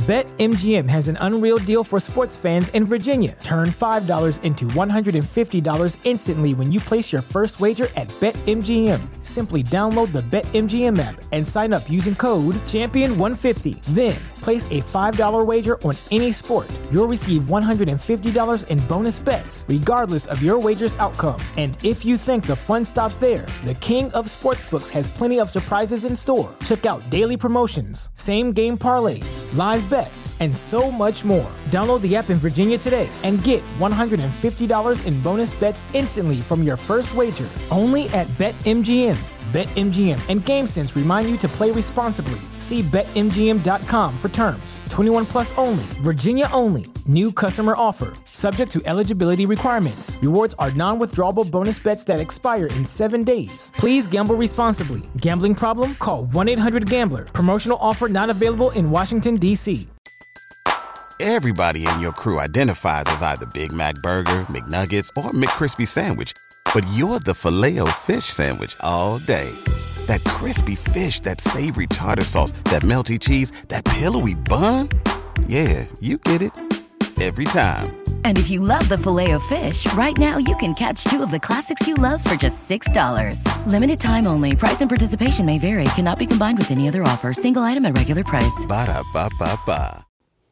BetMGM has an unreal deal for sports fans in Virginia. Turn $5 into $150 instantly when you place your first wager at BetMGM. Simply download the BetMGM app and sign up using code Champion150. Then, place a $5 wager on any sport. You'll receive $150 in bonus bets, regardless of your wager's outcome. And if you think the fun stops there, the King of Sportsbooks has plenty of surprises in store. Check out daily promotions, same-game parlays, live bets, and so much more. Download the app in Virginia today and get $150 in bonus bets instantly from your first wager. Only at BetMGM. BetMGM and GameSense remind you to play responsibly. See BetMGM.com for terms. 21 plus only. Virginia only. New customer offer. Subject to eligibility requirements. Rewards are non-withdrawable bonus bets that expire in 7 days. Please gamble responsibly. Gambling problem? Call 1-800-GAMBLER. Promotional offer not available in Washington, D.C. Everybody in your crew identifies as either Big Mac Burger, McNuggets, or McCrispy Sandwich. But you're the Filet-O-Fish Sandwich all day. That crispy fish, that savory tartar sauce, that melty cheese, that pillowy bun. Yeah, you get it. Every time. And if you love the Filet-O-Fish, right now you can catch two of the classics you love for just $6. Limited time only. Price and participation may vary. Cannot be combined with any other offer. Single item at regular price. Ba-da-ba-ba-ba.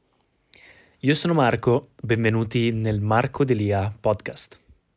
Io sono Marco, benvenuti nel Marco Delia podcast.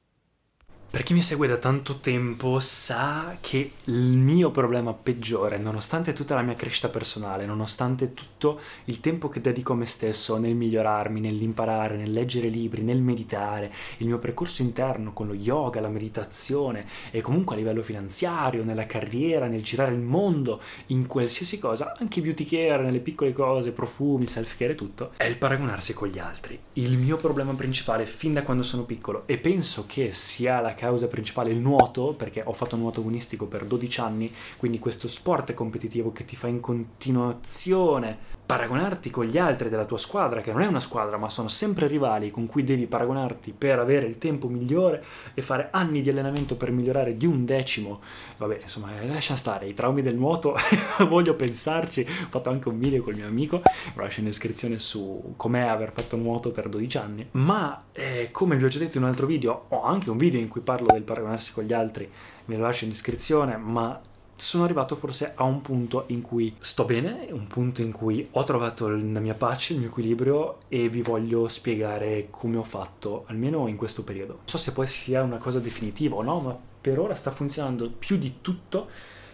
Per chi mi segue da tanto tempo sa che il mio problema peggiore, nonostante tutta la mia crescita personale, nonostante tutto il tempo che dedico a me stesso nel migliorarmi, nell'imparare, nel leggere libri, nel meditare, il mio percorso interno con lo yoga, la meditazione e comunque a livello finanziario, nella carriera, nel girare il mondo, in qualsiasi cosa, anche beauty care, nelle piccole cose, profumi, self-care e tutto, è il paragonarsi con gli altri. Il mio problema principale fin da quando sono piccolo, e penso che sia la causa principale il nuoto, perché ho fatto nuoto agonistico per 12 anni, quindi questo sport competitivo che ti fa in continuazione paragonarti con gli altri della tua squadra, che non è una squadra ma sono sempre rivali con cui devi paragonarti per avere il tempo migliore e fare anni di allenamento per migliorare di 1/10. Vabbè, insomma, lascia stare i traumi del nuoto. Voglio pensarci. Ho fatto anche un video col mio amico, lo lascio in descrizione, su com'è aver fatto nuoto per 12 anni. Ma come vi ho già detto in un altro video, ho anche un video in cui parlo del paragonarsi con gli altri, ve lo lascio in descrizione, ma sono arrivato forse a un punto in cui sto bene, un punto in cui ho trovato la mia pace, il mio equilibrio, e vi voglio spiegare come ho fatto, almeno in questo periodo. Non so se poi sia una cosa definitiva o no, ma per ora sta funzionando più di tutto.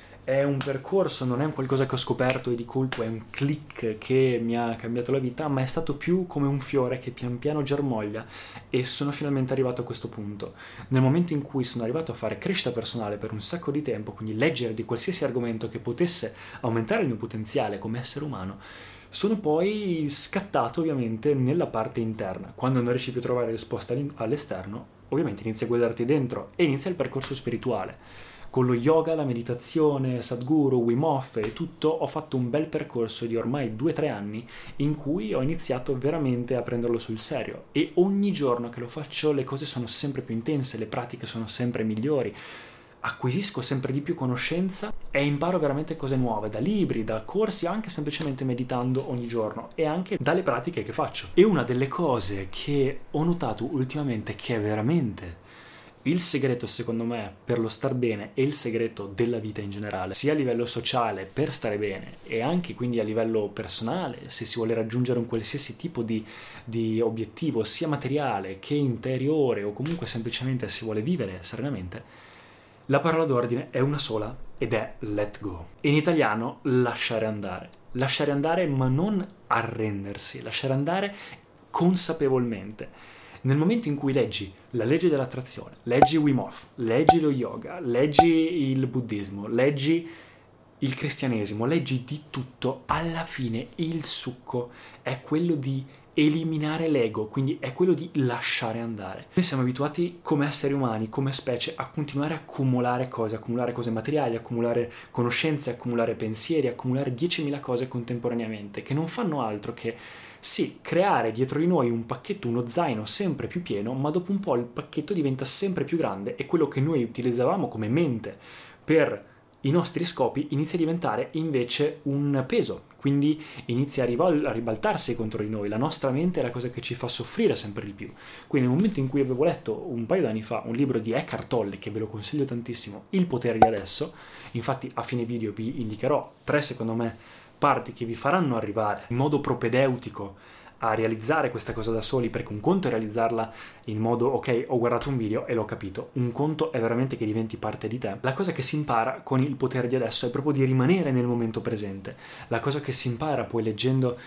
È un percorso, non è un qualcosa che ho scoperto e di colpo è un click che mi ha cambiato la vita, ma è stato più come un fiore che pian piano germoglia e sono finalmente arrivato a questo punto. Nel momento in cui sono arrivato a fare crescita personale per un sacco di tempo, quindi leggere di qualsiasi argomento che potesse aumentare il mio potenziale come essere umano, sono poi scattato ovviamente nella parte interna. Quando non riesci più a trovare risposta all'esterno, ovviamente inizi a guardarti dentro e inizia il percorso spirituale. Con lo yoga, la meditazione, Sadhguru, Wim Hof e tutto, ho fatto un bel percorso di ormai 2-3 anni in cui ho iniziato veramente a prenderlo sul serio, e ogni giorno che lo faccio le cose sono sempre più intense, le pratiche sono sempre migliori, acquisisco sempre di più conoscenza e imparo veramente cose nuove da libri, da corsi, anche semplicemente meditando ogni giorno e anche dalle pratiche che faccio. E una delle cose che ho notato ultimamente, che è veramente il segreto secondo me per lo star bene e il segreto della vita in generale, sia a livello sociale per stare bene e anche quindi a livello personale, se si vuole raggiungere un qualsiasi tipo di obiettivo, sia materiale che interiore, o comunque semplicemente si vuole vivere serenamente, la parola d'ordine è una sola ed è let go. In italiano lasciare andare. Lasciare andare, ma non arrendersi, lasciare andare consapevolmente. Nel momento in cui leggi la legge dell'attrazione, leggi Wim Hof, leggi lo yoga, leggi il buddismo, leggi il cristianesimo, leggi di tutto, alla fine il succo è quello di eliminare l'ego, quindi è quello di lasciare andare. Noi siamo abituati come esseri umani, come specie, a continuare a accumulare cose materiali, accumulare conoscenze, accumulare pensieri, accumulare 10.000 cose contemporaneamente, che non fanno altro che sì, creare dietro di noi un pacchetto, uno zaino sempre più pieno, ma dopo un po' il pacchetto diventa sempre più grande e quello che noi utilizzavamo come mente per i nostri scopi inizia a diventare invece un peso, quindi inizia a ribaltarsi contro di noi, la nostra mente è la cosa che ci fa soffrire sempre di più. Quindi nel momento in cui avevo letto un paio d'anni fa un libro di Eckhart Tolle, che ve lo consiglio tantissimo, Il potere di adesso, infatti a fine video vi indicherò 3 secondo me parti che vi faranno arrivare in modo propedeutico a realizzare questa cosa da soli, perché un conto è realizzarla in modo ok, ho guardato un video e l'ho capito, un conto è veramente che diventi parte di te. La cosa che si impara con il potere di adesso è proprio di rimanere nel momento presente. La cosa che si impara poi leggendo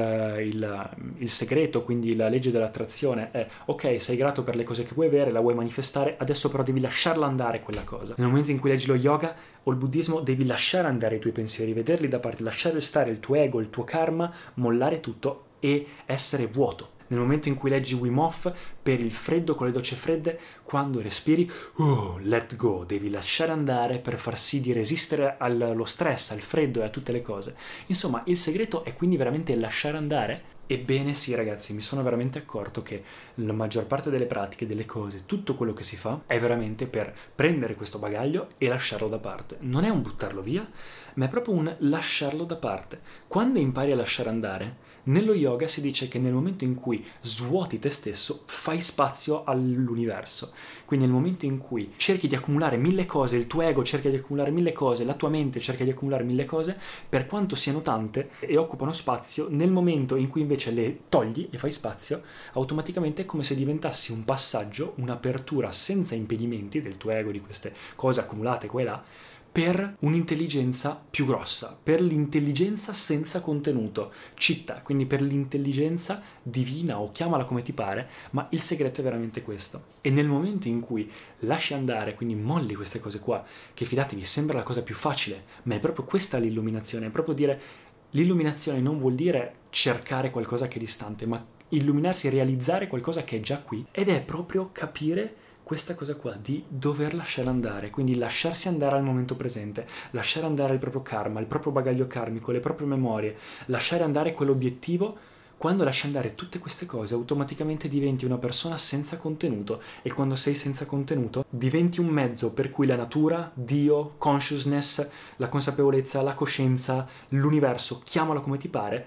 il segreto, quindi la legge dell'attrazione, è ok, sei grato per le cose che vuoi avere, la vuoi manifestare, adesso però devi lasciarla andare quella cosa. Nel momento in cui leggi lo yoga o il buddismo devi lasciare andare i tuoi pensieri, vederli da parte, lasciare stare il tuo ego, il tuo karma, mollare tutto e essere vuoto. Nel momento in cui leggi Wim Hof per il freddo con le docce fredde, quando respiri, let go, devi lasciare andare per far sì di resistere allo stress, al freddo e a tutte le cose. Insomma, il segreto è quindi veramente lasciare andare. Ebbene sì ragazzi, mi sono veramente accorto che la maggior parte delle pratiche, delle cose, tutto quello che si fa è veramente per prendere questo bagaglio e lasciarlo da parte. Non è un buttarlo via, ma è proprio un lasciarlo da parte. Quando impari a lasciare andare, nello yoga si dice che nel momento in cui svuoti te stesso, fai spazio all'universo. Quindi nel momento in cui cerchi di accumulare 1000 cose, il tuo ego cerca di accumulare 1000 cose, la tua mente cerca di accumulare 1000 cose, per quanto siano tante e occupano spazio, nel momento in cui invece le togli e fai spazio, automaticamente è come se diventassi un passaggio, un'apertura senza impedimenti del tuo ego, di queste cose accumulate qua e là, per un'intelligenza più grossa, per l'intelligenza senza contenuto, citta, quindi per l'intelligenza divina o chiamala come ti pare, ma il segreto è veramente questo. E nel momento in cui lasci andare, quindi molli queste cose qua, che fidatevi sembra la cosa più facile, ma è proprio questa l'illuminazione, è proprio dire l'illuminazione non vuol dire cercare qualcosa che è distante, ma illuminarsi e realizzare qualcosa che è già qui, ed è proprio capire questa cosa qua di dover lasciare andare, quindi lasciarsi andare al momento presente, lasciare andare il proprio karma, il proprio bagaglio karmico, le proprie memorie, lasciare andare quell'obiettivo. Quando lasci andare tutte queste cose, automaticamente diventi una persona senza contenuto, e quando sei senza contenuto diventi un mezzo per cui la natura, Dio, consciousness, la consapevolezza, la coscienza, l'universo, chiamalo come ti pare,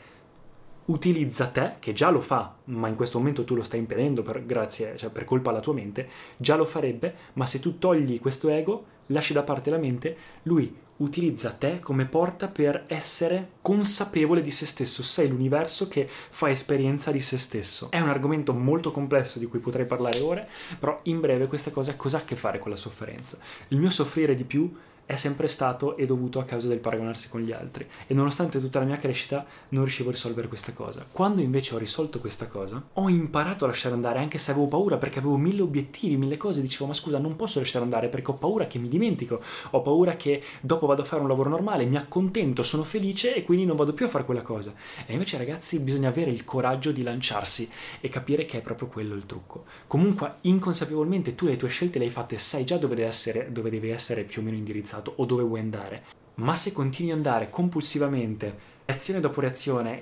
utilizza te, che già lo fa, ma in questo momento tu lo stai impedendo per colpa della tua mente, già lo farebbe, ma se tu togli questo ego, lasci da parte la mente, lui utilizza te come porta per essere consapevole di se stesso. Sei l'universo che fa esperienza di se stesso. È un argomento molto complesso di cui potrei parlare ore, però in breve questa cosa cosa ha a che fare con la sofferenza? Il mio soffrire di più è sempre stato e dovuto a causa del paragonarsi con gli altri, e nonostante tutta la mia crescita non riuscivo a risolvere questa cosa. Quando invece ho risolto questa cosa, ho imparato a lasciare andare, anche se avevo paura, perché avevo 1000 obiettivi, 1000 cose, dicevo ma scusa, non posso lasciare andare perché ho paura che mi dimentico, ho paura che dopo vado a fare un lavoro normale, mi accontento, sono felice e quindi non vado più a fare quella cosa. E invece ragazzi bisogna avere il coraggio di lanciarsi e capire che è proprio quello il trucco. Comunque inconsapevolmente tu le tue scelte le hai fatte, sai già dove devi essere più o meno indirizzato o dove vuoi andare, ma se continui ad andare compulsivamente, reazione dopo reazione,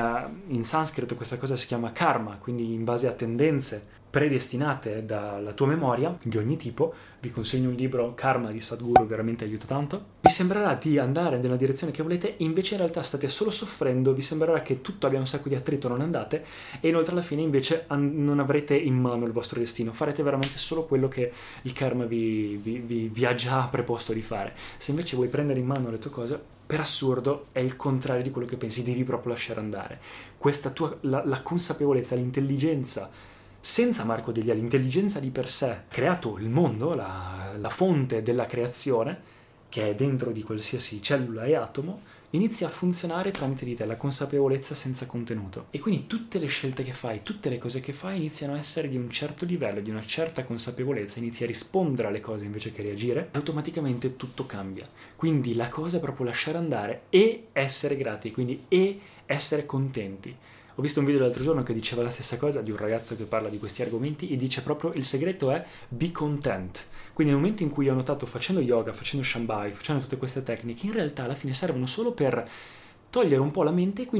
in sanscrito questa cosa si chiama karma, quindi in base a tendenze predestinate dalla tua memoria di ogni tipo. Vi consiglio un libro, Karma di Sadhguru, veramente aiuta tanto. Vi sembrerà di andare nella direzione che volete, invece in realtà state solo soffrendo, vi sembrerà che tutto abbia un sacco di attrito, non andate, e inoltre alla fine invece non avrete in mano il vostro destino, farete veramente solo quello che il karma vi ha già preposto di fare. Se invece vuoi prendere in mano le tue cose, per assurdo è il contrario di quello che pensi, devi proprio lasciare andare. Questa la consapevolezza, l'intelligenza senza Marco Delia, l'intelligenza di per sé, ha creato il mondo, la fonte della creazione, che è dentro di qualsiasi cellula e atomo, inizia a funzionare tramite di te, la consapevolezza senza contenuto. E quindi tutte le scelte che fai, tutte le cose che fai iniziano a essere di un certo livello, di una certa consapevolezza, inizi a rispondere alle cose invece che reagire, e automaticamente tutto cambia. Quindi la cosa è proprio lasciare andare e essere grati, quindi e essere contenti. Ho visto un video l'altro giorno che diceva la stessa cosa, di un ragazzo che parla di questi argomenti, e dice proprio il segreto è be content. Quindi nel momento in cui ho notato, facendo yoga, facendo Shambhai, facendo tutte queste tecniche, in realtà alla fine servono solo per togliere un po' la mente e quindi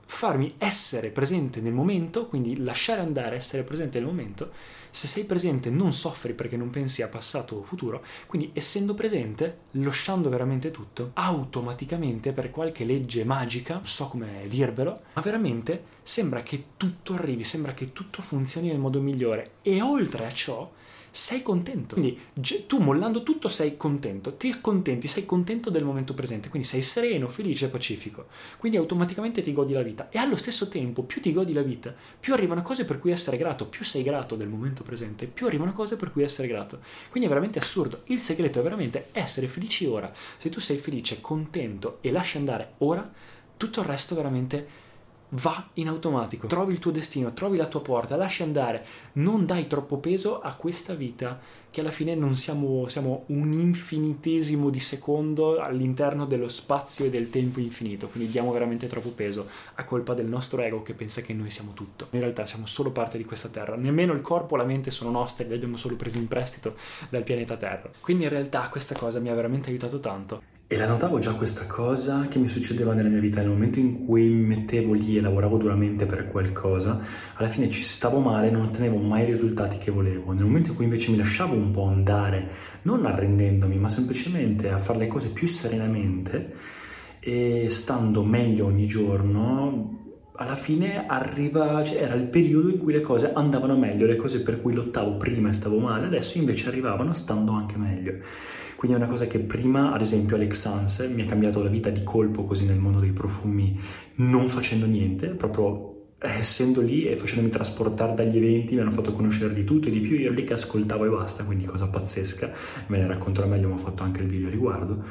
farmi essere presente nel momento, quindi lasciare andare, essere presente nel momento. Se sei presente non soffri perché non pensi a passato o futuro, quindi essendo presente, lasciando veramente tutto, automaticamente per qualche legge magica, non so come dirvelo, ma veramente sembra che tutto arrivi, sembra che tutto funzioni nel modo migliore e oltre a ciò sei contento. Quindi tu mollando tutto sei contento, ti accontenti, sei contento del momento presente, quindi sei sereno, felice e pacifico. Quindi automaticamente ti godi la vita e allo stesso tempo più ti godi la vita, più arrivano cose per cui essere grato, più sei grato del momento presente, più arrivano cose per cui essere grato. Quindi è veramente assurdo. Il segreto è veramente essere felici ora. Se tu sei felice, contento e lasci andare ora, tutto il resto veramente va in automatico, trovi il tuo destino, trovi la tua porta, lasci andare, non dai troppo peso a questa vita che alla fine non siamo un infinitesimo di secondo all'interno dello spazio e del tempo infinito, quindi diamo veramente troppo peso a colpa del nostro ego che pensa che noi siamo tutto. In realtà siamo solo parte di questa terra, nemmeno il corpo e la mente sono nostri, li abbiamo solo presi in prestito dal pianeta Terra. Quindi in realtà questa cosa mi ha veramente aiutato tanto. E la notavo già questa cosa che mi succedeva nella mia vita, nel momento in cui mi mettevo lì e lavoravo duramente per qualcosa, alla fine ci stavo male, non ottenevo mai i risultati che volevo. Nel momento in cui invece mi lasciavo un po' andare, non arrendendomi, ma semplicemente a fare le cose più serenamente e stando meglio ogni giorno, alla fine era il periodo in cui le cose andavano meglio, le cose per cui lottavo prima e stavo male, adesso invece arrivavano stando anche meglio. Quindi è una cosa che prima, ad esempio, Alex Sans mi ha cambiato la vita di colpo così nel mondo dei profumi, non facendo niente, proprio essendo lì e facendomi trasportare dagli eventi, mi hanno fatto conoscere di tutto e di più, io ero lì che ascoltavo e basta, quindi cosa pazzesca, me ne racconterò meglio, ma ho fatto anche il video a riguardo.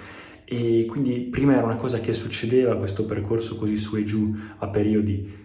E quindi prima era una cosa che succedeva, questo percorso così su e giù a periodi,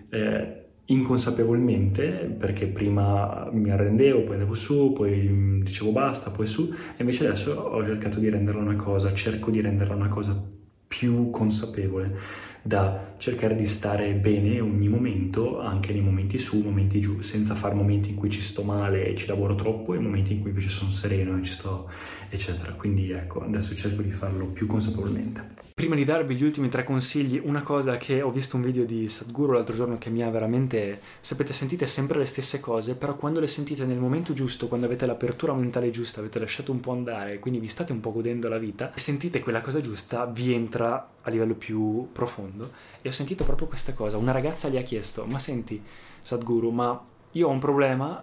inconsapevolmente, perché prima mi arrendevo, poi andavo su, poi dicevo basta, poi su, e invece adesso ho cercato di renderla cerco di renderla una cosa più consapevole, da cercare di stare bene ogni momento, anche nei momenti su, momenti giù, senza fare momenti in cui ci sto male e ci lavoro troppo e momenti in cui invece sono sereno e ci sto, eccetera. Quindi ecco, adesso cerco di farlo più consapevolmente. Prima di darvi gli ultimi 3 consigli, una cosa che ho visto un video di Sadhguru l'altro giorno che mi ha veramente, sapete, sentite sempre le stesse cose, però quando le sentite nel momento giusto, quando avete l'apertura mentale giusta, avete lasciato un po' andare, quindi vi state un po' godendo la vita, e sentite quella cosa giusta, vi entra a livello più profondo. E ho sentito proprio questa cosa. Una ragazza gli ha chiesto: ma senti Sadhguru, ma io ho un problema,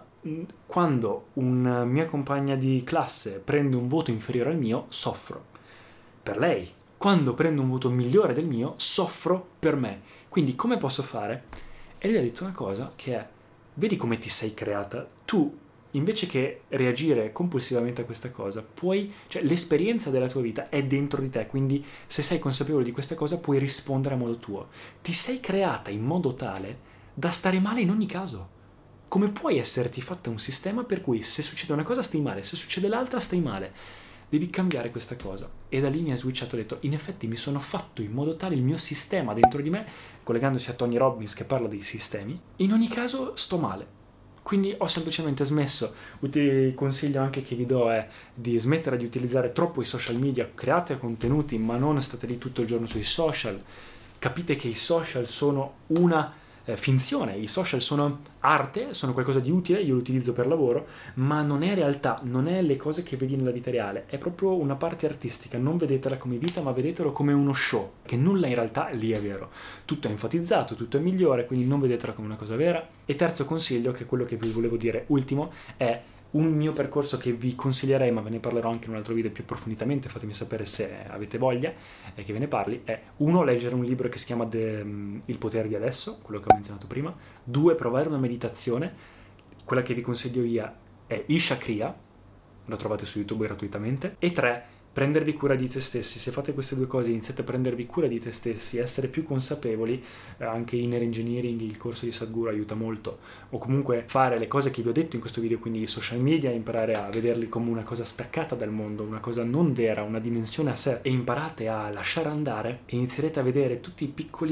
quando una mia compagna di classe prende un voto inferiore al mio, soffro per lei. Quando prendo un voto migliore del mio, soffro per me. Quindi come posso fare? E lui ha detto una cosa che è: vedi come ti sei creata? Tu, invece che reagire compulsivamente a questa cosa, l'esperienza della tua vita è dentro di te, quindi se sei consapevole di questa cosa puoi rispondere a modo tuo. Ti sei creata in modo tale da stare male in ogni caso. Come puoi esserti fatta un sistema per cui se succede una cosa stai male, se succede l'altra stai male? Devi cambiare questa cosa. E da lì mi ha switchato, ho detto: in effetti mi sono fatto in modo tale, il mio sistema dentro di me, collegandosi a Tony Robbins che parla dei sistemi, in ogni caso sto male. Quindi ho semplicemente smesso. Il consiglio anche che vi do è di smettere di utilizzare troppo i social media, create contenuti, ma non state lì tutto il giorno sui social. Capite che i social sono una finzione, i social sono arte, sono qualcosa di utile, io lo utilizzo per lavoro, ma non è realtà, non è le cose che vedi nella vita reale, è proprio una parte artistica. Non vedetela come vita, ma vedetelo come uno show, che nulla in realtà lì è vero, tutto è enfatizzato, tutto è migliore, quindi non vedetela come una cosa vera. E terzo consiglio, che è quello che vi volevo dire ultimo, è un mio percorso che vi consiglierei, ma ve ne parlerò anche in un altro video più approfonditamente, fatemi sapere se avete voglia che ve ne parli. È 1, leggere un libro che si chiama Il potere di adesso, quello che ho menzionato prima. 2, provare una meditazione, quella che vi consiglio io è Isha Kriya, lo trovate su YouTube gratuitamente. E 3, prendervi cura di te stessi. Se fate queste 2 cose, iniziate a prendervi cura di te stessi, essere più consapevoli, anche Inner Engineering, il corso di Sadhguru aiuta molto, o comunque fare le cose che vi ho detto in questo video, quindi i social media, imparare a vederli come una cosa staccata dal mondo, una cosa non vera, una dimensione a sé, e imparate a lasciare andare, e inizierete a vedere tutti i piccoli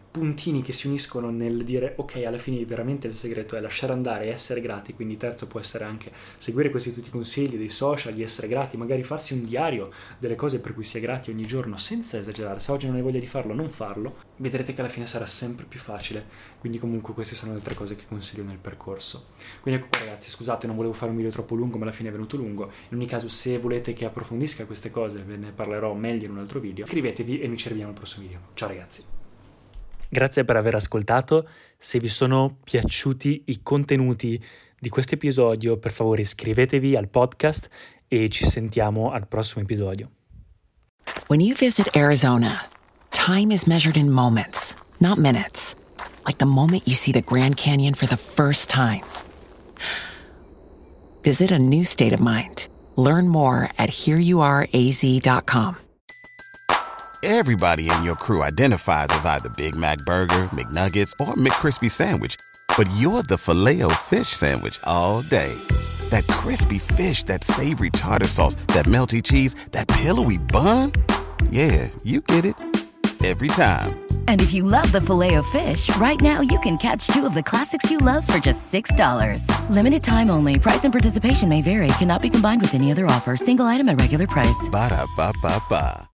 puntini che si uniscono nel dire ok, alla fine veramente il segreto è lasciare andare e essere grati. Quindi terzo può essere anche seguire questi tutti i consigli dei social, di essere grati, magari farsi un diario delle cose per cui si è grati ogni giorno senza esagerare. Se oggi non hai voglia di farlo, non farlo, vedrete che alla fine sarà sempre più facile. Quindi comunque queste sono le 3 cose che consiglio nel percorso. Quindi ecco qua ragazzi, scusate, non volevo fare un video troppo lungo, ma alla fine è venuto lungo. In ogni caso, se volete che approfondisca queste cose, ve ne parlerò meglio in un altro video, iscrivetevi e noi ci rivediamo al prossimo video. Ciao ragazzi. Grazie per aver ascoltato. Se vi sono piaciuti i contenuti di questo episodio, per favore iscrivetevi al podcast e ci sentiamo al prossimo episodio. When you visit Arizona, time is measured in moments, not minutes. Like the moment you see the Grand Canyon for the first time. Visit a new state of mind. Learn more at hereyouareaz.com. Everybody in your crew identifies as either Big Mac Burger, McNuggets, or McCrispy Sandwich. But you're the Filet-O-Fish Sandwich all day. That crispy fish, that savory tartar sauce, that melty cheese, that pillowy bun. Yeah, you get it. Every time. And if you love the Filet-O-Fish, right now you can catch 2 of the classics you love for just $6. Limited time only. Price and participation may vary. Cannot be combined with any other offer. Single item at regular price. Ba-da-ba-ba-ba.